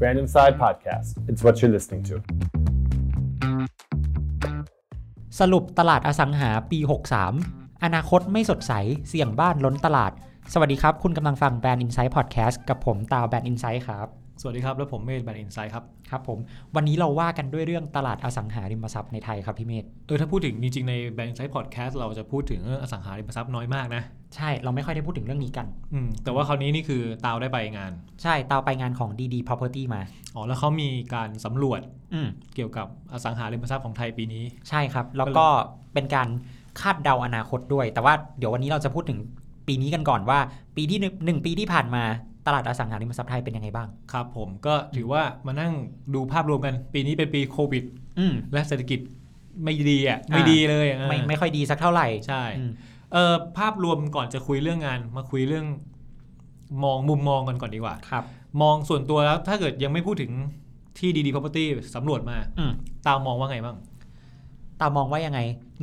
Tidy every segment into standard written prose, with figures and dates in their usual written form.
Brand Inside Podcast. It's what you're listening to. สรุปตลาดอสังหาปี 63 อนาคตไม่สดใสเสี่ยงบ้านล้นตลาดสวัสดีครับคุณกำลังฟัง Brand Insight Podcast กับผมตาว Brand Insight ครับสวัสดีครับแล้วผมเมธ Brand Insight ครับครับผมวันนี้เราว่ากันด้วยเรื่องตลาดอสังหาริมทรัพย์ในไทยครับพี่เมธถ้าพูดถึงจริงๆใน Brand Insight Podcast เราจะพูดถึงอสังหาริมทรัพย์น้อยมากนะใช่เราไม่ค่อยได้พูดถึงเรื่องนี้กันแต่ว่าคราวนี้นี่คือตาวได้ไปงานใช่ตาวไปงานของ DD Property มาแล้วเขามีการสำรวจเกี่ยวกับอสังหาริมทรัพย์ของไทยปีนี้ใช่ครับแล้วก็เป็นการคาดเดาอนาคตด้วยแต่ว่าเดี๋ยววันนี้เราจะพูดถึงปีนี้กันก่อนว่าปีที่1ปีที่ผ่านมาตลาดอสังหาริมทรัพย์ไทยเป็นยังไงบ้างครับผมก็ถือว่ามานั่งดูภาพรวมกันปีนี้เป็นปีโควิดและเศรษฐกิจไม่ดีไม่ดีเลยไม่ค่อยดีสักเท่าไหร่ใช่ภาพรวมก่อนจะคุยเรื่องงานมาคุยเรื่องมุมมองกันก่อนดีกว่าครับมองส่วนตัวแล้วถ้าเกิดยังไม่พูดถึงที่ DD Property สำรวจมาตามองว่าไงบ้างตามองว่ายังไง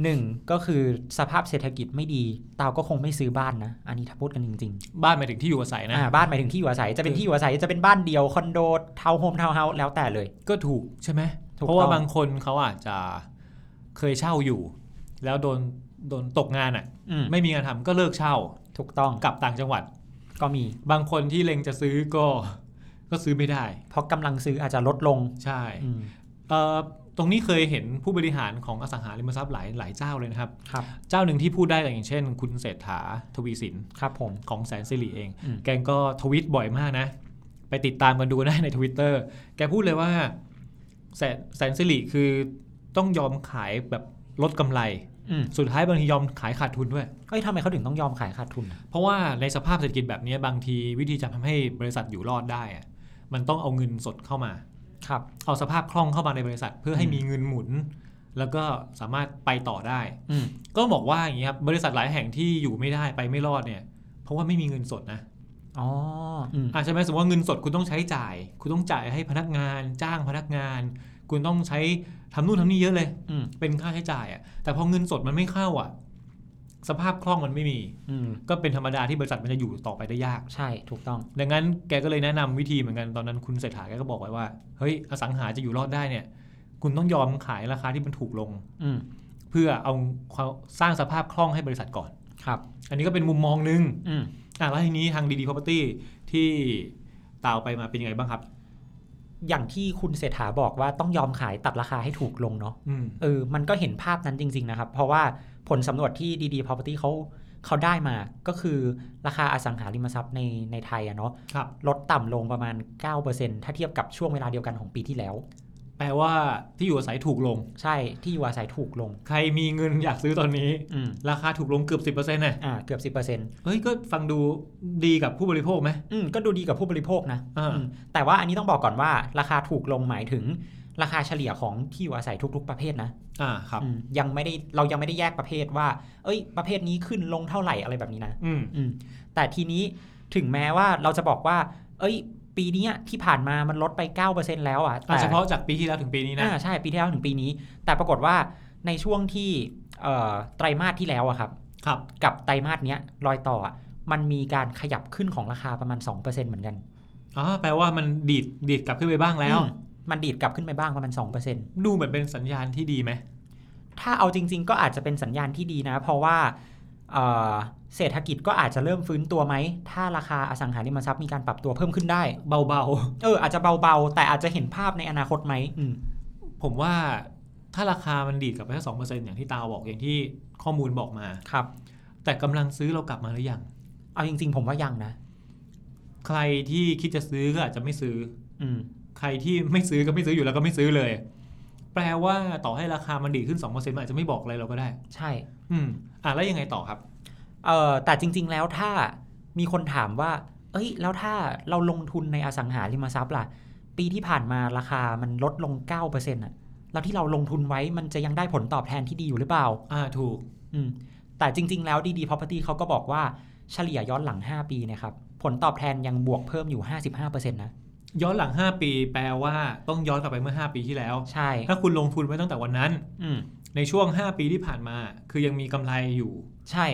1ก็คือสภาพเศรษฐกิจไม่ดีตาวก็คงไม่ซื้อบ้านนะอันนี้ถ้าพูดกันจริงๆบ้านหมายถึงที่อยู่อาศัยนะบ้านหมายถึงที่อยู่อาศัยจะเป็นที่อยู่อาศัยจะเป็นบ้านเดียวคอนโดทาวน์โฮมทาวน์เฮาส์แล้วแต่เลยก็ถูกใช่ไหมเพราะว่าบางคนเขาอาจจะเคยเช่าอยู่แล้วโดนตกงานไม่มีงานทำก็เลิกเช่าถูกต้องกลับต่างจังหวัดก็มีบางคนที่เล็งจะซื้อก็ซื้อไม่ได้เพราะกำลังซื้ออาจจะลดลงใช่ตรงนี้เคยเห็นผู้บริหารของอสังหาริมทรัพย์หลายเจ้าเลยนะครับเจ้าหนึ่งที่พูดได้อย่างเช่นคุณเศรษฐาทวีสินครับผมของแสนสิริเองแกก็ทวีตบ่อยมากนะไปติดตามกันดูได้ใน Twitter แกพูดเลยว่าแสนสิริคือต้องยอมขายแบบลดกำไรสุดท้ายบางทียอมขายขาดทุนด้วยทำไมเขาถึงต้องยอมขายขาดทุนเพราะว่าในสภาพเศรษฐกิจแบบนี้บางทีวิธีจะทำให้บริษัทอยู่รอดได้มันต้องเอาเงินสดเข้ามาเอาสภาพคล่องเข้ามาในบริษัทเพื่อให้มีเงินหมุนแล้วก็สามารถไปต่อได้ก็บอกว่าอย่างนี้ครับบริษัทหลายแห่งที่อยู่ไม่ได้ไปไม่รอดเนี่ยเพราะว่าไม่มีเงินสดนะใช่ไหมสมมติว่าเงินสดคุณต้องใช้จ่ายคุณต้องจ่ายให้พนักงานจ้างพนักงานคุณต้องใช้ทำนู่นทำนี่เยอะเลยเป็นค่าใช้จ่ายแต่พอเงินสดมันไม่เข้าสภาพคล่องมันไม่มีก็เป็นธรรมดาที่บริษัทมันจะอยู่ต่อไปได้ยากใช่ถูกต้องดังนั้นแกก็เลยแนะนำวิธีเหมือนกันตอนนั้นคุณเศรษฐาแกก็บอกไว้ว่าเฮ้ยอสังหาจะอยู่รอดได้เนี่ยคุณต้องยอมขายราคาที่มันถูกลงเพื่อเอาสร้างสภาพคล่องให้บริษัทก่อนครับอันนี้ก็เป็นมุมมองนึงแล้วทีนี้ทาง DD Property ที่ตาวไปมาเป็นยังไงบ้างครับอย่างที่คุณเศรษฐาบอกว่าต้องยอมขายตัดราคาให้ถูกลงเนาะมันก็เห็นภาพนั้นจริงๆนะครับเพราะว่าผลสำรวจที่ DD Property เขาได้มาก็คือราคาอสังหาริมทรัพย์ในไทยเนาะลดต่ำลงประมาณ 9% ถ้าเทียบกับช่วงเวลาเดียวกันของปีที่แล้วแปลว่าที่อยู่อาศัยถูกลงใช่ที่อยู่อาศัยถูกลงใครมีเงินอยากซื้อตอนนี้ราคาถูกลงเกือบ 10% นะเกือบ 10% เฮ้ยก็ฟังดูดีกับผู้บริโภคไหมก็ดูดีกับผู้บริโภคนะแต่ว่าอันนี้ต้องบอกก่อนว่าราคาถูกลงหมายถึงราคาเฉลี่ยของที่อยู่อาศัยทุกๆประเภทนะครับเรายังไม่ได้แยกประเภทว่าประเภทนี้ขึ้นลงเท่าไหร่อะไรแบบนี้นะแต่ทีนี้ถึงแม้ว่าเราจะบอกว่าปีนี้ที่ผ่านมามันลดไป 9% แล้วแต่เฉพาะจากปีที่แล้วถึงปีนี้นะใช่ปีที่แล้วถึงปีนี้แต่ปรากฏว่าในช่วงที่ไตรมาสที่แล้วครับกับไตรมาสเนี้ยรอยต่อมันมีการขยับขึ้นของราคาประมาณ 2% เหมือนกันแปลว่ามันดีดกลับขึ้นไปบ้างแล้วมันดีดกลับขึ้นไปบ้างประมาณ 2% ดูเหมือนเป็นสัญญาณที่ดีไหมถ้าเอาจริงๆก็อาจจะเป็นสัญญาณที่ดีนะเพราะว่าเศรษฐกิจก็อาจจะเริ่มฟื้นตัวไหมถ้าราคาอสังหาริมทรัพย์มีการปรับตัวเพิ่มขึ้นได้เบาๆอาจจะเบาๆแต่อาจจะเห็นภาพในอนาคตไหมผมว่าถ้าราคามันดีดกลับไปแค่ 2% อย่างที่ตาบอกอย่างที่ข้อมูลบอกมาครับแต่กำลังซื้อเรากลับมาหรือยังเอาจริงๆผมว่ายังนะใครที่คิดจะซื้อก็อาจจะไม่ซื้อใครที่ไม่ซื้อก็ไม่ซื้ออยู่แล้วก็ไม่ซื้อเลยแปลว่าต่อให้ราคามันดีขึ้น 2% มันอาจจะไม่บอกอะไรเราก็ได้ใช่แล้วยังไงต่อครับแต่จริงๆแล้วถ้ามีคนถามว่าแล้วถ้าเราลงทุนในอสังหาริมทรัพย์ล่ะปีที่ผ่านมาราคามันลดลง 9% แล้วที่เราลงทุนไว้มันจะยังได้ผลตอบแทนที่ดีอยู่หรือเปล่าถูกแต่จริงๆแล้ว DD Property เขาก็บอกว่าเฉลี่ยย้อนหลัง5ปีนะครับผลตอบแทนยังบวกเพิ่มอยู่ 55% นะย้อนหลัง5ปีแปลว่าต้องย้อนกลับไปเมื่อ5ปีที่แล้วใช่ถ้าคุณลงทุนไว้ตั้งแต่วันนั้นในช่วง5ปีที่ผ่านมาคือยังมีกำไรอยู่ใช่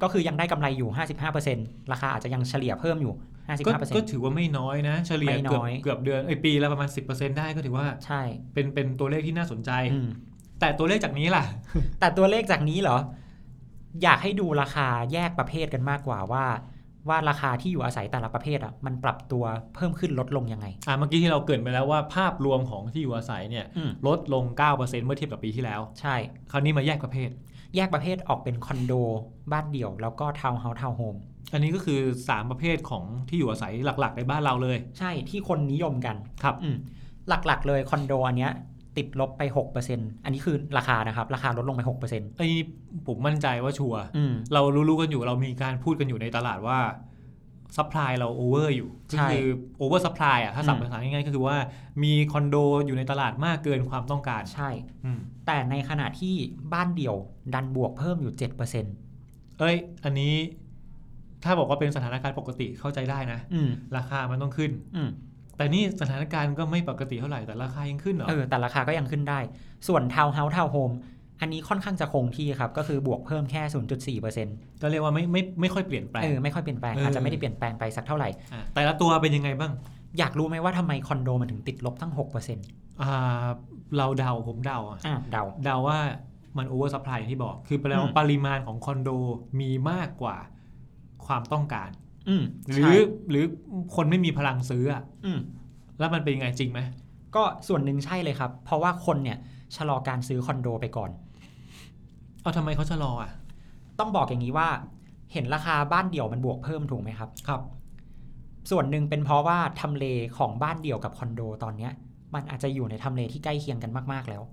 ก็คือยังได้กำไรอยู่ 55% ราคาอาจจะยังเฉลี่ยเพิ่มอยู่ 55% ก็ถือว่าไม่น้อยนะเฉลี่ยเกือบเดือนปีละประมาณ 10% ได้ก็ถือว่าใช่เป็นตัวเลขที่น่าสนใจแต่ตัวเลขจากนี้ล่ะแต่ตัวเลขจากนี้เหรออยากให้ดูราคาแยกประเภทกันมากกว่าว่าราคาที่อยู่อาศัยแต่ละประเภทอ่ะมันปรับตัวเพิ่มขึ้นลดลงยังไงเมื่อกี้ที่เราเกริ่นไปแล้วว่าภาพรวมของที่อยู่อาศัยเนี่ยลดลง 9% เมื่อเทียบกับปีที่แล้วใช่คราวนี้มาแยกประเภทออกเป็นคอนโดบ้านเดี่ยวแล้วก็ทาวน์เฮาส์ทาวน์โฮมอันนี้ก็คือ3ประเภทของที่อยู่อาศัยหลักๆในบ้านเราเลยใช่ที่คนนิยมกันครับหลักๆเลยคอนโดอันเนี้ยติดลบไป 6% อันนี้คือราคานะครับราคาลดลงไป 6% ไอ้ผมมั่นใจว่าชัวร์เรารู้กันอยู่เรามีการพูดกันอยู่ในตลาดว่าซัพพลายเราโอเวอร์อยู่ก็คือโอเวอร์ซัพพลายถ้าสับภาษาง่ายๆก็คือว่ามีคอนโดอยู่ในตลาดมากเกินความต้องการใช่แต่ในขณะที่บ้านเดี่ยวดันบวกเพิ่มอยู่ 7% อันนี้ถ้าบอกว่าเป็นสถานการณ์ปกติเข้าใจได้นะราคามันต้องขึ้นแต่นี่สถานการณ์ก็ไม่ปกติเท่าไหร่แต่ราคายังขึ้นเหรอแต่ราคาก็ยังขึ้นได้ส่วนทาวน์เฮาส์ทาวน์โฮมอันนี้ค่อนข้างจะคงที่ครับก็คือบวกเพิ่มแค่ 0.4% ก็เรียกว่าไม่ค่อยเปลี่ยนแปลงไม่ค่อยเปลี่ยนแปลงอาจจะไม่ได้เปลี่ยนแปลงไปสักเท่าไหร่แต่ละตัวเป็นยังไงบ้างอยากรู้ไหมว่าทำไมคอนโดมันถึงติดลบตั้ง 6% เราผมเดาว่ามันโอเวอร์ซัพพลายอย่างที่บอกคือแปลว่าปริมาณของคอนโดมีมากกว่าความต้องการหรือคนไม่มีพลังซื้อแล้วมันเป็นยังไงจริงไหมก็ส่วนหนึ่งใช่เลยครับเพราะว่าคนเนี่ยชะลอการซื้อคอนโดไปก่อนทำไมเขาชะลอต้องบอกอย่างนี้ว่าเห็นราคาบ้านเดี่ยวมันบวกเพิ่มถูกไหมครับครับส่วนหนึ่งเป็นเพราะว่าทำเลของบ้านเดี่ยวกับคอนโดตอนนี้มันอาจจะอยู่ในทำเลที่ใกล้เคียงกันมากๆแล้ว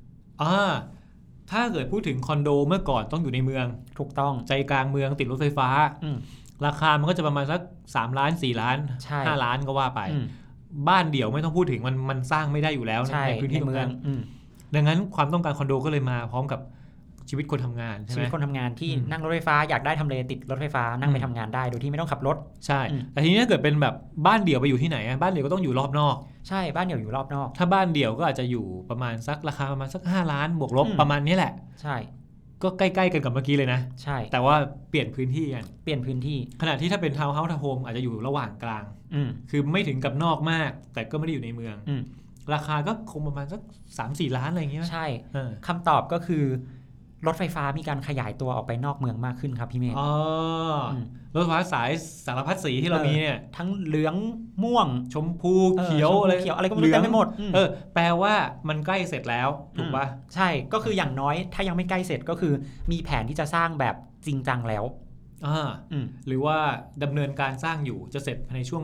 ถ้าเกิดพูดถึงคอนโดเมื่อก่อนต้องอยู่ในเมืองถูกต้องใจกลางเมืองติดรถไฟฟ้าราคามันก็จะประมาณสัก3ล้าน4ล้าน5ล้านก็ว่าไปบ้านเดี่ยวไม่ต้องพูดถึงมันสร้างไม่ได้อยู่แล้วในพื้นที่เมืองดังนั้นความต้องการคอนโดก็เลยมาพร้อมกับชีวิตคนทำงานใช่ไหมชีวิตคนทำงานที่นั่งรถไฟฟ้าอยากได้ทำเลติดรถไฟฟ้านั่งไปทำงานได้โดยที่ไม่ต้องขับรถใช่แต่ทีนี้ถ้าเกิดเป็นแบบบ้านเดี่ยวไปอยู่ที่ไหนบ้านเดี่ยวก็ต้องอยู่รอบนอกใช่บ้านเดี่ยวอยู่รอบนอกถ้าบ้านเดี่ยวก็อาจจะอยู่ประมาณสักราคาประมาณสัก5ล้านบวกลบประมาณนี้แหละใช่ก็ใกล้ๆกันกับเมื่อกี้เลยนะใช่แต่ว่าเปลี่ยนพื้นที่กันเปลี่ยนพื้นที่ขณะที่ถ้าเป็นทาวน์เฮาส์ทาวน์โฮมอาจจะอยู่ระหว่างกลางคือไม่ถึงกับนอกมากแต่ก็ไม่ได้อยู่ในเมืองราคาก็คงประมาณสัก 3-4 ล้านอะไรอย่างเงี้ยใช่คำตอบก็คือรถไฟฟ้ามีการขยายตัวออกไปนอกเมืองมากขึ้นครับพี่เมธรถไฟฟ้าสายสารพัดสีที่เรามีเนี่ยทั้งเหลืองม่วงชมพูเขียวอะไรก็ไม่รู้เต็มไปหมดแปลว่ามันใกล้เสร็จแล้วถูกป่ะใช่ก็คืออย่างน้อยถ้ายังไม่ใกล้เสร็จก็คือมีแผนที่จะสร้างแบบจริงจังแล้วหรือว่าดำเนินการสร้างอยู่จะเสร็จในช่วง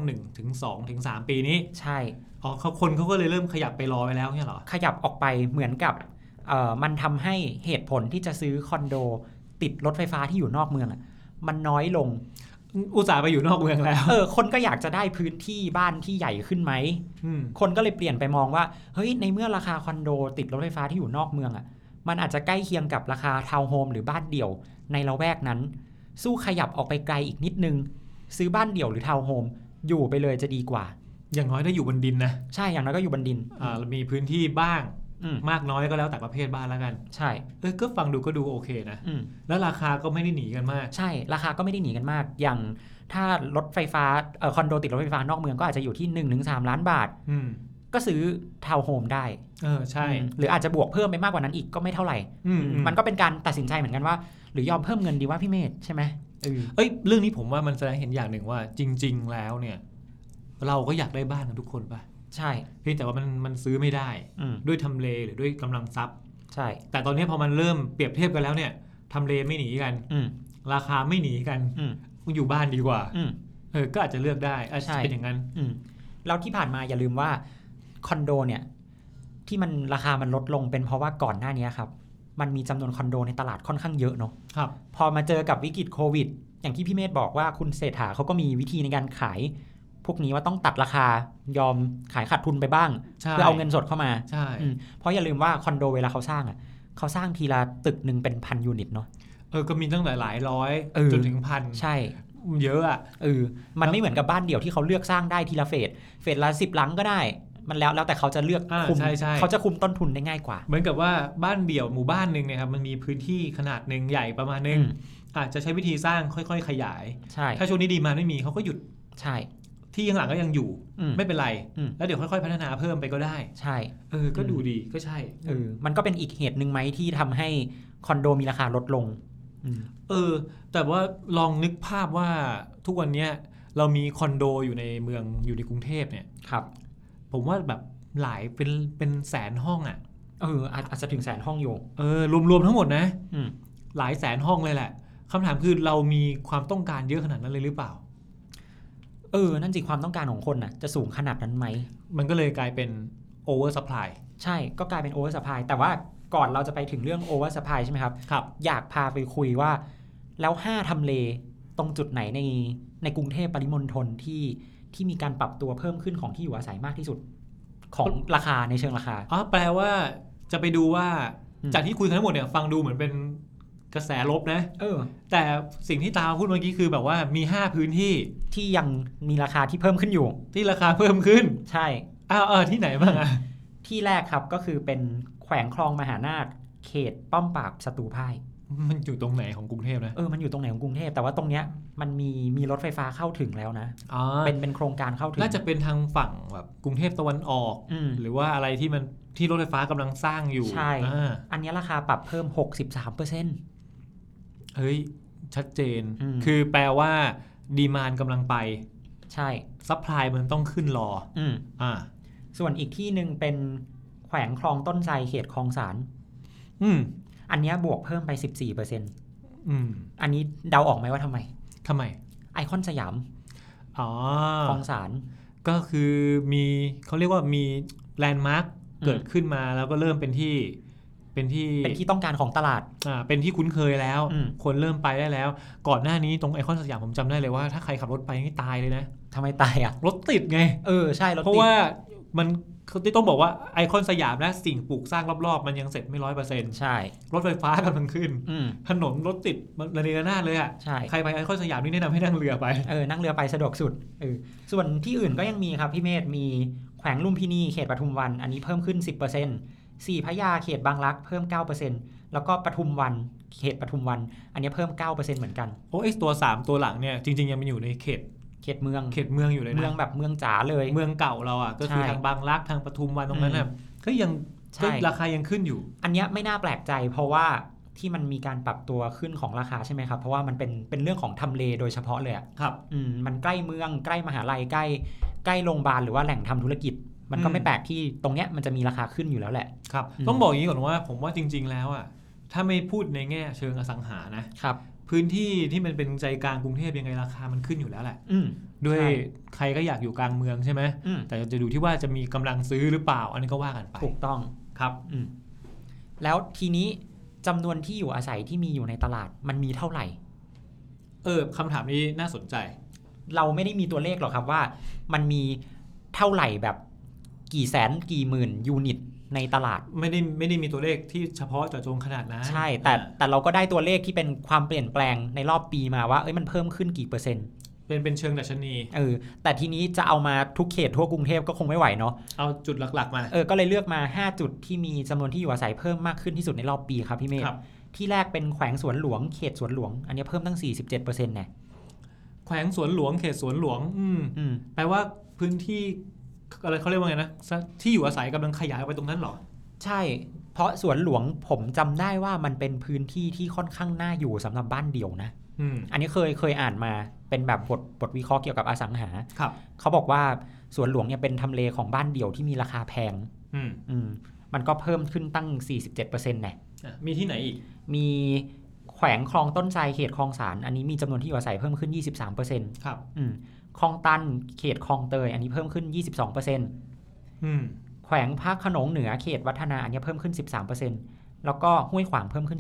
1-2-3 ปีนี้ใช่คนเขาก็เลยเริ่มขยับไปรอไปแล้วเนี่ยหรอขยับออกไปเหมือนกับมันทำให้เหตุผลที่จะซื้อคอนโดติดรถไฟฟ้าที่อยู่นอกเมืองมันน้อยลงอุตส่าห์ไปอยู่นอกเมืองแล้วคนก็อยากจะได้พื้นที่บ้านที่ใหญ่ขึ้นไหมคนก็เลยเปลี่ยนไปมองว่าเฮ้ยในเมื่อราคาคอนโดติดรถไฟฟ้าที่อยู่นอกเมืองมันอาจจะใกล้เคียงกับราคาทาวน์โฮมหรือบ้านเดี่ยวในละแวกนั้นสู้ขยับออกไปไกลอีกนิดนึงซื้อบ้านเดี่ยวหรือทาวน์โฮมอยู่ไปเลยจะดีกว่าอย่างน้อยได้อยู่บนดินนะใช่อย่างน้อยก็อยู่บนดินมีพื้นที่บ้างมากน้อยก็แล้วแต่ประเภทบ้านแล้วกันใช่ก็ฟังดูก็ดูโอเคนะแล้วราคาก็ไม่ได้หนีกันมากใช่ราคาก็ไม่ได้หนีกันมากอย่างถ้ารถไฟฟ้าคอนโดติดรถไฟฟ้านอกเมืองก็อาจจะอยู่ที่ 1-3 ล้านบาทก็ซื้อทาวน์โฮมได้ใช่หรืออาจจะบวกเพิ่มไปมากกว่านั้นอีกก็ไม่เท่าไหร่มันก็เป็นการตัดสินใจเหมือนกันว่าหรือยอมเพิ่มเงินดีว่าพี่เมธใช่ไหมเรื่องนี้ผมว่ามันแสดงเห็นอย่างหนึ่งว่าจริงๆแล้วเนี่ยเราก็อยากได้บ้านกันทุกคนป่ะใช่เพียงแต่ว่ามันซื้อไม่ได้ด้วยทำเลหรือด้วยกำลังทรัพย์ใช่แต่ตอนนี้พอมันเริ่มเปรียบเทียบกันแล้วเนี่ยทำเลไม่หนีกันราคาไม่หนีกันอยู่บ้านดีกว่าก็อาจจะเลือกได้เป็นอย่างนั้นแล้วที่ผ่านมาอย่าลืมว่าคอนโดเนี่ยที่มันราคามันลดลงเป็นเพราะว่าก่อนหน้านี้ครับมันมีจำนวนคอนโดในตลาดค่อนข้างเยอะเนาะพอมาเจอกับวิกฤตโควิดอย่างที่พี่เมธบอกว่าคุณเศรษฐาเขาก็มีวิธีในการขายพวกนี้ว่าต้องตัดราคายอมขายขาดทุนไปบ้างเพื่อเอาเงินสดเข้ามาใช่เพราะอย่าลืมว่าคอนโดเวลาเขาสร้างเขาสร้างทีละตึกนึงเป็น1,000 ยูนิตเนาะก็มีตั้งหลายร้อยจนถึงพันใช่เยอะมันไม่เหมือนกับบ้านเดี่ยวที่เขาเลือกสร้างได้ทีละเฟสละ10 หลังก็ได้มันแล้วแต่เขาจะเลือกคุมเขาจะคุมต้นทุนได้ง่ายกว่าเหมือนกับว่าบ้านเดี่ยวหมู่บ้านนึงเนี่ยครับมันมีพื้นที่ขนาดนึงใหญ่ประมาณนึงอาจจะใช้วิธีสร้างค่อยๆขยายใช่ถ้าช่วงนี้ดีมานด์ไม่มีเขาก็หยุดใช่ที่ข้างหลังก็ยังอยู่ไม่เป็นไรแล้วเดี๋ยวค่อยๆพัฒนาเพิ่มไปก็ได้ใช่ก็ดูดีก็ใช่มันก็เป็นอีกเหตุนึงไหมที่ทำให้คอนโดมีราคาลดลงแต่ว่าลองนึกภาพว่าทุกวันนี้เรามีคอนโดอยู่ในเมืองอยู่ในกรุงเทพเนี่ยครับผมว่าแบบหลายเป็นแสนห้องอาจจะถึงแสนห้องอยู่รวมทั้งหมดนะหลายแสนห้องเลยแหละคำถามคือเรามีความต้องการเยอะขนาดนั้นเลยหรือเปล่านั่นสิความต้องการของคนน่ะจะสูงขนาดนั้นไหมมันก็เลยกลายเป็น over supply ใช่ก็กลายเป็น over supply แต่ว่าก่อนเราจะไปถึงเรื่อง over supply ใช่ไหมครับอยากพาไปคุยว่าแล้ว5ทำเลตรงจุดไหนในกรุงเทพปริมณฑลที่มีการปรับตัวเพิ่มขึ้นของที่อยู่อาศัยมากที่สุดของราคาในเชิงราคาแปลว่าจะไปดูว่าจากที่คุยกันทั้งหมดเนี่ยฟังดูเหมือนเป็นกระแสลบนะแต่สิ่งที่ตาพูดเมื่อกี้คือแบบว่ามี5พื้นที่ที่ยังมีราคาที่เพิ่มขึ้นอยู่ที่ราคาเพิ่มขึ้นใช่ที่ไหนบ้างที่แรกครับก็คือเป็นแขวงคลองมหานาถเขตป้อมปราบศัตรูพ่ายมันอยู่ตรงไหนของกรุงเทพนะมันอยู่ตรงไหนของกรุงเทพแต่ว่าตรงเนี้ยมันมีรถไฟฟ้าเข้าถึงแล้วนะเป็นโครงการเข้าถึงน่าจะเป็นทางฝั่งแบบกรุงเทพตะวันออกหรือว่าอะไรที่รถไฟฟ้ากำลังสร้างอยู่ใช่อันนี้ราคาปรับเพิ่ม 63%เฮ้ยชัดเจนคือแปลว่าดีมานด์กำลังไปใช่ซัพพลายมันต้องขึ้นรอส่วนอีกที่นึงเป็นแขวงคลองต้นไทรเขตคลองสารอันนี้บวกเพิ่มไป 14%อันนี้เดาออกไหมว่าทำไมไอคอนสยามคลองสารก็คือเขาเรียกว่ามีแลนด์มาร์คเกิดขึ้นมาแล้วก็เริ่มเป็นที่ต้องการของตลาดเป็นที่คุ้นเคยแล้วคนเริ่มไปได้แล้วก่อนหน้านี้ตรงไอคอนสยามผมจำได้เลยว่าถ้าใครขับรถไปนี่ตายเลยนะทำไมตายรถติดไงใช่รถติดเพราะว่ามันต้องบอกว่าไอคอนสยามนะสิ่งปลูกสร้างรอบๆมันยังเสร็จไม่ 100% ใช่รถไฟฟ้ากำลังขึ้นถนนรถติดระเนระนาดเลยใช่ใครไปไอคอนสยามนี่แนะนำให้นั่งเรือไปนั่งเรือไปสะดวกสุดส่วนที่อื่นก็ยังมีครับพี่เมธมีแขวงลุมพินีเขตปทุมวันอันนี้เพิ่มขึ้น 10%สี่พระยาเขตบางรักเพิ่ม 9% แล้วก็ปทุมวันเขตปทุมวันอันนี้เพิ่ม 9% เหมือนกันตัว3ตัวหลังเนี่ยจริงๆยังมีอยู่ในเขตเมืองอยู่เลยนะเมืองแบบเมืองจ๋าเลยเมืองเก่าเราก็คือทางบางรักทางปทุมวันตรงนั้นน่ะก็ยังราคายังขึ้นอยู่อันนี้ไม่น่าแปลกใจเพราะว่าที่มันมีการปรับตัวขึ้นของราคาใช่ไหมครับเพราะว่ามันเป็นเรื่องของทำเลโดยเฉพาะเลยครับมันใกล้เมืองใกล้มหาลัยใกล้โรงพยาบาลหรือว่าแหล่งทำธุรกิจมันก็ไม่แปลกที่ตรงเนี้ยมันจะมีราคาขึ้นอยู่แล้วแหละครับต้องบอกอย่างนี้ก่อนว่าผมว่าจริงๆแล้วถ้าไม่พูดในแง่เชิงอสังหานะครับพื้นที่ที่มันเป็นใจกลางกรุงเทพยังไงราคามันขึ้นอยู่แล้วแหละด้วยใครก็อยากอยู่กลางเมืองใช่ไหมแต่จะดูที่ว่าจะมีกำลังซื้อหรือเปล่าอันนี้ก็ว่ากันไปถูกต้องครับแล้วทีนี้จำนวนที่อยู่อาศัยที่มีอยู่ในตลาดมันมีเท่าไหร่คำถามนี้น่าสนใจเราไม่ได้มีตัวเลขหรอกครับว่ามันมีเท่าไหร่แบบกี่แสนกี่หมื่นยูนิตในตลาดไม่ได้มีตัวเลขที่เฉพาะเจาะจงขนาดนั้นใช่แต่เราก็ได้ตัวเลขที่เป็นความเปลี่ยนแปลงในรอบปีมาว่ามันเพิ่มขึ้นกี่เปอร์เซ็นต์เป็นเชิงดัชนีแต่ทีนี้จะเอามาทุกเขตทั่วกรุงเทพก็คงไม่ไหวเนาะเอาจุดหลักๆมาก็เลยเลือกมา5จุดที่มีจำนวนที่อยู่อาศัยเพิ่มมากขึ้นที่สุดในรอบปีครับพี่เมธที่แรกเป็นแขวงสวนหลวงเขตสวนหลวงอันนี้เพิ่มตั้ง 47% เนี่ยแขวงสวนหลวงเขตสวนหลวงแปลว่าพื้นที่อะไรเขาเรียกว่าไงนะที่อยู่อาศัยกำลังขยายไปตรงนั้นหรอใช่เพราะสวนหลวงผมจำได้ว่ามันเป็นพื้นที่ที่ค่อนข้างน่าอยู่สำหรับบ้านเดี่ยวนะอันนี้เคยอ่านมาเป็นแบบบทวิเคราะห์เกี่ยวกับอสังหาเขาบอกว่าสวนหลวงเนี่ยเป็นทำเลของบ้านเดี่ยวที่มีราคาแพงมันก็เพิ่มขึ้นตั้ง 47% เนี่ยมีที่ไหนอีกมีแขวงคลองต้นไทรเขตคลองสารอันนี้มีจำนวนที่อยู่อาศัยเพิ่มขึ้น 23% ครับคลองตันเขตคลองเตยอันนี้เพิ่มขึ้น 22%แขวงภาคขนงเหนือเขตวัฒนาอันนี้เพิ่มขึ้น 13% แล้วก็ห้วยขวางเพิ่มขึ้น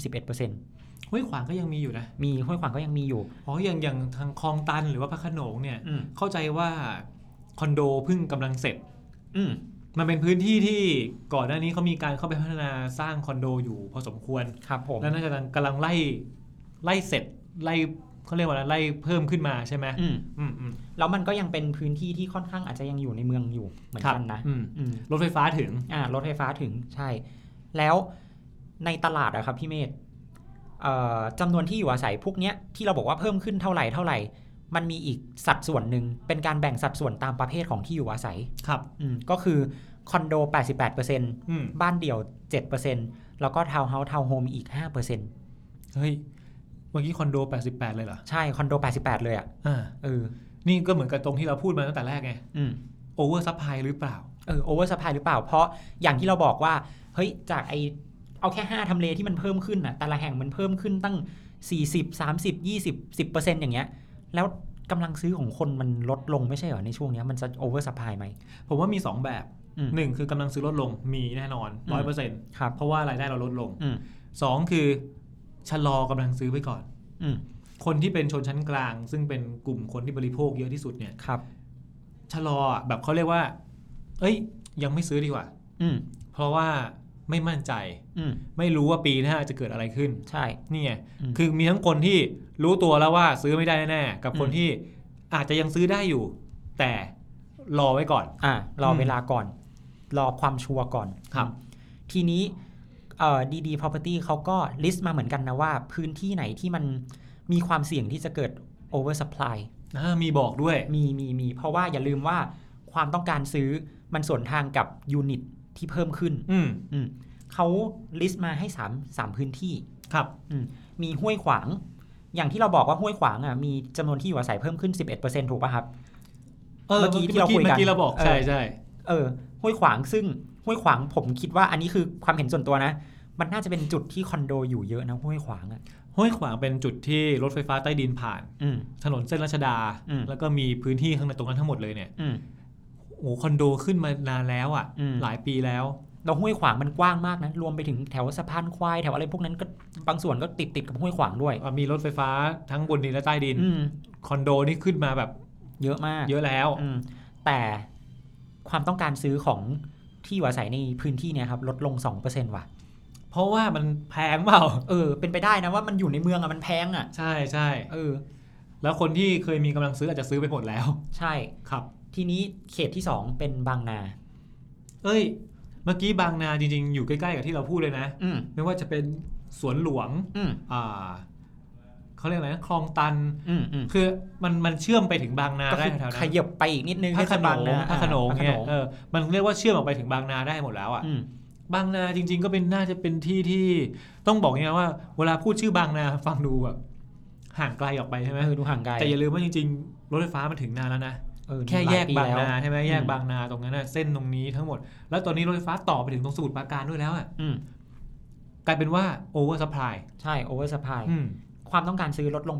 11% ห้วยขวางก็ยังมีอยู่นะมีห้วยขวางก็ยังมีอยู่อย่างทางคลองตันหรือว่าภาคขนงเนี่ยเข้าใจว่าคอนโดเพิ่งกำลังเสร็จมันเป็นพื้นที่ที่ก่อนหน้านี้เขามีการเข้าไปพัฒนาสร้างคอนโดอยู่พอสมควรครับผมแล้วน่าจะกำลังไล่เสร็จไล่เขาเรียกว่าไล่เพิ่มขึ้นมาใช่ไหมแล้วมันก็ยังเป็นพื้นที่ที่ค่อนข้างอาจจะยังอยู่ในเมืองอยู่เหมือนกันนะรถไฟฟ้าถึงรถไฟฟ้าถึงใช่แล้วในตลาดอะครับพี่เมธจำนวนที่อยู่อาศัยพวกเนี้ยที่เราบอกว่าเพิ่มขึ้นเท่าไหร่มันมีอีกสัดส่วนหนึ่งเป็นการแบ่งสัดส่วนตามประเภทของที่อยู่อาศัยครับก็คือคอนโด 88% บ้านเดี่ยว 7% แล้วก็ทาวน์เฮาส์ทาวน์โฮมอีก 5% เฮ้ยเมื่อกี้คอนโด88เลยเหรอใช่คอนโด88เลยอ่ะนี่ก็เหมือนกับตรงที่เราพูดมาตั้งแต่แรกไงโอเวอร์ซัพพลายหรือเปล่าโอเวอร์ซัพพลายหรือเปล่าเพราะอย่างที่เราบอกว่าเฮ้ยจากเอาแค่5ทำเลที่มันเพิ่มขึ้นน่ะแต่ละแห่งมันเพิ่มขึ้นตั้ง40 30 20 10% อย่างเงี้ยแล้วกำลังซื้อของคนมันลดลงไม่ใช่เหรอในช่วงนี้มันจะโอเวอร์ซัพพลายไหมผมว่ามี2แบบ1คือกำลังซื้อลดลงมีแน่นอน 100% ครับเพราะว่ารายได้เราลดลง2คือชะลอกำลังซื้อไว้ก่อนคนที่เป็นชนชั้นกลางซึ่งเป็นกลุ่มคนที่บริโภคเยอะที่สุดเนี่ยชะลอแบบเขาเรียกว่ายังไม่ซื้อดีกว่าเพราะว่าไม่มั่นใจไม่รู้ว่าปีหน้าจะเกิดอะไรขึ้นใช่นี่ไงคือมีทั้งคนที่รู้ตัวแล้วว่าซื้อไม่ได้แน่ๆกับคนที่อาจจะยังซื้อได้อยู่แต่รอไว้ก่อนรอเวลาก่อนรอความชัวร์ก่อนครับทีนี้DD Property เขาก็ลิสต์มาเหมือนกันนะว่าพื้นที่ไหนที่มันมีความเสี่ยงที่จะเกิด over supply มีบอกด้วยมีเพราะว่าอย่าลืมว่าความต้องการซื้อมันสวนทางกับยูนิตที่เพิ่มขึ้นเขาลิสต์มาให้3พื้นที่ครับมีห้วยขวางอย่างที่เราบอกว่าห้วยขวางมีจำนวนที่อยู่อาศัยเพิ่มขึ้น 11% ถูกป่ะครับเมื่อกี้ที่เราคุยกันเราบอกใช่ห้วยขวางซึ่งห้วยขวางผมคิดว่าอันนี้คือความเห็นส่วนตัวนะมันน่าจะเป็นจุดที่คอนโดอยู่เยอะนะห้วยขวางห้วยขวางเป็นจุดที่รถไฟฟ้าใต้ดินผ่านถนนเส้นรัชดาแล้วก็มีพื้นที่ข้างในตรงนั้นทั้งหมดเลยเนี่ยโอ้คอนโดขึ้นมานานแล้วหลายปีแล้วแล้วห้วยขวางมันกว้างมากนะรวมไปถึงแถวสะพานควายแถวอะไรพวกนั้นก็บางส่วนก็ติดกับห้วยขวางด้วยมีรถไฟฟ้าทั้งบนดินและใต้ดินคอนโดนี่ขึ้นมาแบบเยอะมากเยอะแล้วแต่ความต้องการซื้อของที่อยู่อาศัยในพื้นที่เนี่ยครับลดลง 2% ว่ะเพราะว่ามันแพงเปล่าเป็นไปได้นะว่ามันอยู่ในเมืองมันแพงใช่แล้วคนที่เคยมีกำลังซื้ออาจจะซื้อไปหมดแล้วใช่ครับทีนี้เขตที่2เป็นบางนาเมื่อกี้บางนาจริงๆอยู่ใกล้ๆกับที่เราพูดเลยนะไม่ว่าจะเป็นสวนหลวงเขาเรียกอะไรนะคลองตันคือมันเชื่อมไปถึงบางนาได้แถวนั้นขยับไปอีกนิดนึงพระโขนงเนี่ยมันเรียกว่าเชื่อมออกไปถึงบางนาได้หมดแล้วบางนาจริงๆก็เป็นน่าจะเป็นที่ต้องบอกอย่างนี้ว่าเวลาพูดชื่อบางนาฟังดูแบบห่างไกลออกไปใช่ไหมดูห่างไกลแต่อย่าลืมว่าจริงๆรถไฟฟ้ามันถึงนานแล้วนะแค่แยกบางนาใช่ไหมแยกบางนาตรงนั้นเส้นตรงนี้ทั้งหมดแล้วตอนนี้รถไฟฟ้าต่อไปถึงตรงสมุทรปราการด้วยแล้วกลายเป็นว่าโอเวอร์ซัพพลายใช่โอเวอร์ซัพพลายความต้องการซื้อลดลงไป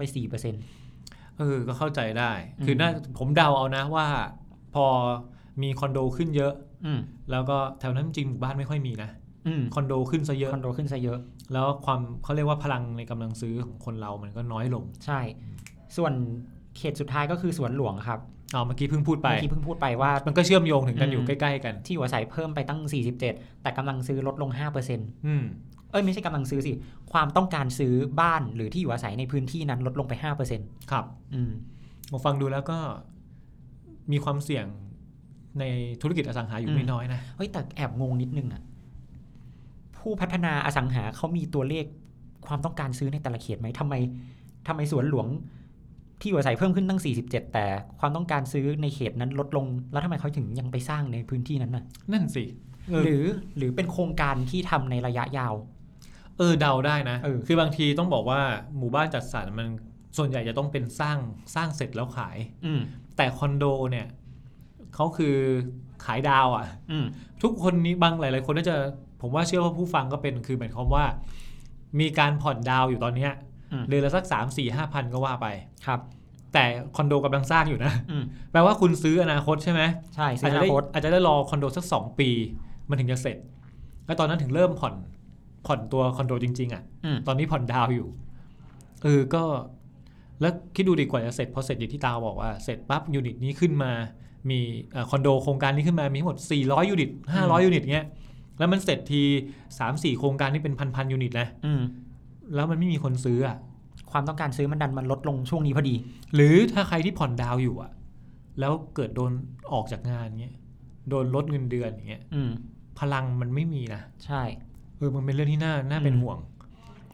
4% ก็เข้าใจได้คือน่าผมเดาเอานะว่าพอมีคอนโดขึ้นเยอะแล้วก็แถวนั้นจริงบ้านไม่ค่อยมีนะคอนโดขึ้นซะเยอะแล้วความเขาเรียกว่าพลังในกำลังซื้อของคนเรามันก็น้อยลงใช่ส่วนเขตสุดท้ายก็คือสวนหลวงครับเมื่อกี้เพิ่งพูดไปว่ามันก็เชื่อมโยงถึงกันอยู่ใกล้ๆกันที่อยู่อาศัยเพิ่มไปตั้ง47แต่กำลังซื้อลดลง 5%ไม่ใช่กำลังซื้อสิความต้องการซื้อบ้านหรือที่อยู่อาศัยในพื้นที่นั้นลดลงไป 5% ครับผมฟังดูแล้วก็มีความเสี่ยงในธุรกิจอสังหาอยู่ไม่น้อยนะแต่แอบงงนิดนึงผู้พัฒนาอสังหาเขามีตัวเลขความต้องการซื้อในแต่ละเขตไหมทำไมสวนหลวงที่อยู่อาศัยเพิ่มขึ้นตั้ง47แต่ความต้องการซื้อในเขตนั้นลดลงแล้วทำไมเขาถึงยังไปสร้างในพื้นที่นั้นนั่นสิหรือเป็นโครงการที่ทำในระยะยาวเดาได้นะคือบางทีต้องบอกว่าหมู่บ้านจัดสรรมันส่วนใหญ่จะต้องเป็นสร้างเสร็จแล้วขายแต่คอนโดเนี่ยเขาคือขายดาวทุกคนนี้หลายๆคนน่าจะผมว่าเชื่อว่าผู้ฟังก็เป็นคือหมายความว่ามีการผ่อนดาวอยู่ตอนนี้เดือนละสัก 3-4-5,000 ก็ว่าไปครับแต่คอนโดกำลังสร้างอยู่นะแปลว่าคุณซื้ออนาคตใช่ไหมใช่ซื้ออนาคตอาจจะได้รอคอนโดสัก2 ปีมันถึงจะเสร็จแล้วตอนนั้นถึงเริ่มผ่อนตัวคอนโดจริงๆตอนนี้ผ่อนดาวอยู่ก็แล้วคิดดูดีกว่าจะเสร็จพอเสร็จอย่างที่ตาบอกว่าเสร็จปั๊บยูนิตนี้ขึ้นมามีคอนโดโครงการนี้ขึ้นมามีทั้งหมด400ยูนิต500ยูนิตเงี้ยแล้วมันเสร็จที 3-4 โครงการนี่เป็นพันยูนิตนะแล้วมันไม่มีคนซื้อความต้องการซื้อมันลดลงช่วงนี้พอดีหรือถ้าใครที่ผ่อนดาวอยู่แล้วเกิดโดนออกจากงานเงี้ยโดนลดเงินเดือนอย่างเงี้ยพลังมันไม่มีนะใช่มันเป็นเรื่องที่น่าเป็นห่วง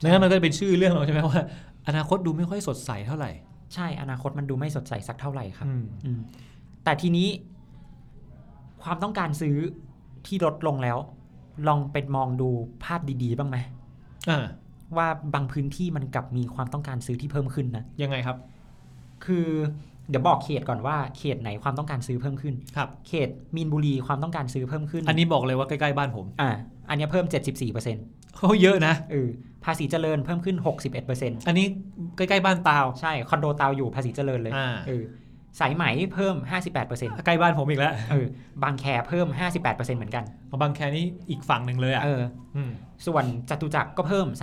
นั่นมันก็เป็นชื่อเรื่องเราใช่ไหมว่าอนาคตดูไม่ค่อยสดใสเท่าไหร่ใช่อนาคตมันดูไม่สดใสสักเท่าไหร่ครับแต่ทีนี้ความต้องการซื้อที่ลดลงแล้วลองไปมองดูภาพดีๆบ้างไหมว่าบางพื้นที่มันกลับมีความต้องการซื้อที่เพิ่มขึ้นนะยังไงครับคือเดี๋ยวบอกเขตก่อนว่าเขตไหนความต้องการซื้อเพิ่มขึ้นครับเขตมีนบุรีความต้องการซื้อเพิ่มขึ้นอันนี้บอกเลยว่าใกล้ๆบ้านผมอันนี้เพิ่ม 74% เขาเยอะนะภาษีเจริญเพิ่มขึ้น 61% อันนี้ใกล้ๆบ้านตาวใช่คอนโดตาวอยู่ภาษีเจริญเลยสายไหมเพิ่ม 58% ใกล้บ้านผมอีกแล้วบางแคเพิ่ม 58% เหมือนกันบางแคนี่อีกฝั่งนึงเลยส่วนจตุจักรก็เพิ่ม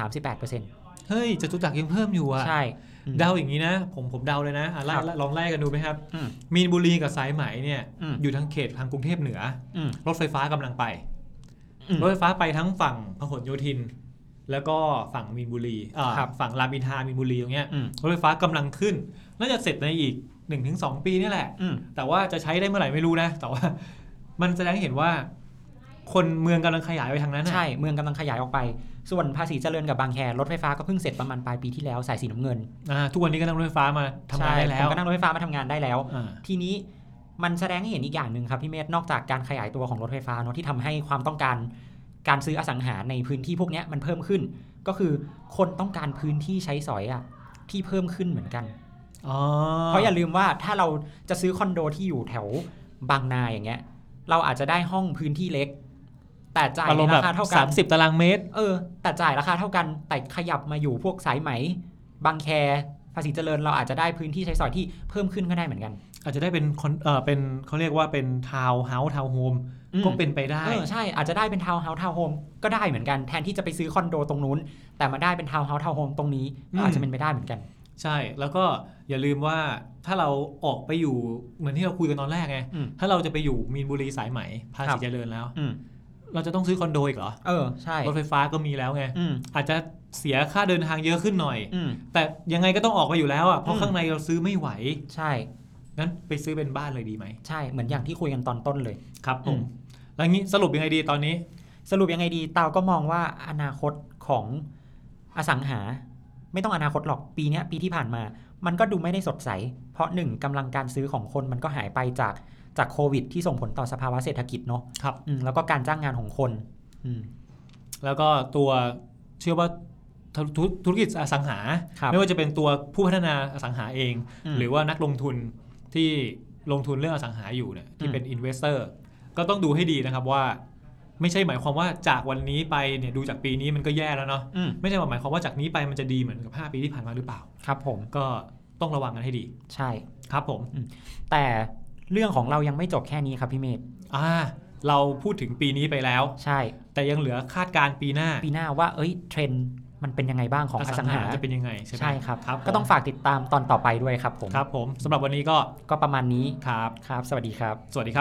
38% เฮ้ยจตุจักรยังเพิ่มอยู่ใช่เดาอย่างนี้นะผมเดาเลยนะลองไล่กันดูไหมครับมีนบุรีกับสายไหมเนี่ยอยู่ทั้งเขตทางกรุงเทพเหนือรถไฟฟ้ากำลังไปรถไฟฟ้าไปทั้งฝั่งพหลโยธินแล้วก็ฝั่งมีนบุรีฝั่งรามอินทรามีนบุรีตรงเนี้ยรถไฟฟ้ากำลังขึ้นน่าจะเสร็จในอีก 1-2 ปีนี่แหละแต่ว่าจะใช้ได้เมื่อไหร่ไม่รู้นะแต่ว่ามันแสดงให้เห็นว่าคนเมืองกำลังขยายไปทางนั้นใช่เมืองกำลังขยายออกไปส่วนภาษีเจริญกับบางแครถไฟฟ้าก็เพิ่งเสร็จประมาณปลายปีที่แล้วสายสีน้ำเงินทุกวันนี้ก็นั่งรถไฟฟ้ามาทำงานได้แล้วก็นั่งรถไฟฟ้ามาทำงานได้แล้วทีนี้มันแสดงให้เห็นอีกอย่างหนึ่งครับพี่เมธนอกจากการขยายตัวของรถไฟฟ้าเนาะที่ทำให้ความต้องการการซื้ออสังหาในพื้นที่พวกนี้มันเพิ่มขึ้นก็คือคนต้องการพื้นที่ใช้สอยที่เพิ่มขึ้นเหมือนกันเพราะอย่าลืมว่าถ้าเราจะซื้อคอนโดที่อยู่แถวบางนาอย่างเงี้ยเราอาจจะได้ห้องพื้นที่เล็กแต่จ่ายราคาเท่ากัน 30 ตารางเมตรแต่จ่ายราคาเท่ากันแต่ขยับมาอยู่พวกสายไหมบางแคภาษีเจริญเราอาจจะได้พื้นที่ใช้สอยที่เพิ่มขึ้นก็ได้เหมือนกันอาจจะได้เป็นเขาเรียกว่าเป็นทาวน์เฮาส์ทาวน์โฮมก็เป็นไปได้ใช่อาจจะได้เป็นทาวน์เฮาส์ทาวน์โฮมก็ได้เหมือนกันแทนที่จะไปซื้อคอนโดตรงนู้นแต่มาได้เป็นทาวน์เฮาส์ทาวน์โฮมตรงนี้อาจจะเป็นไปได้เหมือนกันใช่แล้วก็อย่าลืมว่าถ้าเราออกไปอยู่เหมือนที่เราคุยกันตอนแรกไงถ้าเราจะไปอยู่มีนบุรีสายไหมภาษีเจริญแล้วเราจะต้องซื้อคอนโดอีกเหรอใช่รถไฟฟ้าก็มีแล้วไงอาจจะเสียค่าเดินทางเยอะขึ้นหน่อยแต่ยังไงก็ต้องออกไปอยู่แล้วเพราะข้างในเราซื้อไม่ไหวใช่งั้นไปซื้อเป็นบ้านเลยดีไหมใช่เหมือนอย่างที่คุยกันตอนต้นเลยครับผมแล้วงี้สรุปยังไงดีตอนนี้สรุปยังไงดีตาวก็มองว่าอนาคตของอสังหาไม่ต้องอนาคตหรอกปีนี้ปีที่ผ่านมามันก็ดูไม่ได้สดใสเพราะ1กำลังการซื้อของคนมันก็หายไปจากโควิดที่ส่งผลต่อสภาวะเศรษฐกิจเนาะครับแล้วก็การจ้างงานของคนแล้วก็ตัวเชื่อว่าธุรกิจอสังหาไม่ว่าจะเป็นตัวผู้พัฒนาอสังหาเองหรือว่านักลงทุนที่ลงทุนเรื่องอสังหาอยู่เนี่ยที่เป็นอินเวสเตอร์ก็ต้องดูให้ดีนะครับว่าไม่ใช่หมายความว่าจากวันนี้ไปเนี่ยดูจากปีนี้มันก็แย่แล้วเนาะไม่ใช่หมายความว่าจากนี้ไปมันจะดีเหมือนกับ5ปีที่ผ่านมาหรือเปล่าครับผมก็ต้องระวังกันให้ดีใช่ครับผมแต่เรื่องของเรายังไม่จบแค่นี้ครับพี่เมธเราพูดถึงปีนี้ไปแล้วใช่แต่ยังเหลือคาดการณ์ปีหน้าว่าเทรนด์มันเป็นยังไงบ้างของอสังหาจะเป็นยังไงใช่ไหมใช่ครับก็ต้องฝากติดตามตอนต่อไปด้วยครับผมครับผมสำหรับวันนี้ก็ประมาณนี้ครับสวัสดีครับสวัสดีครับ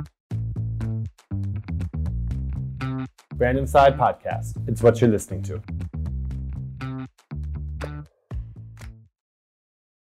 Random Side Podcast. It's what you're listening to.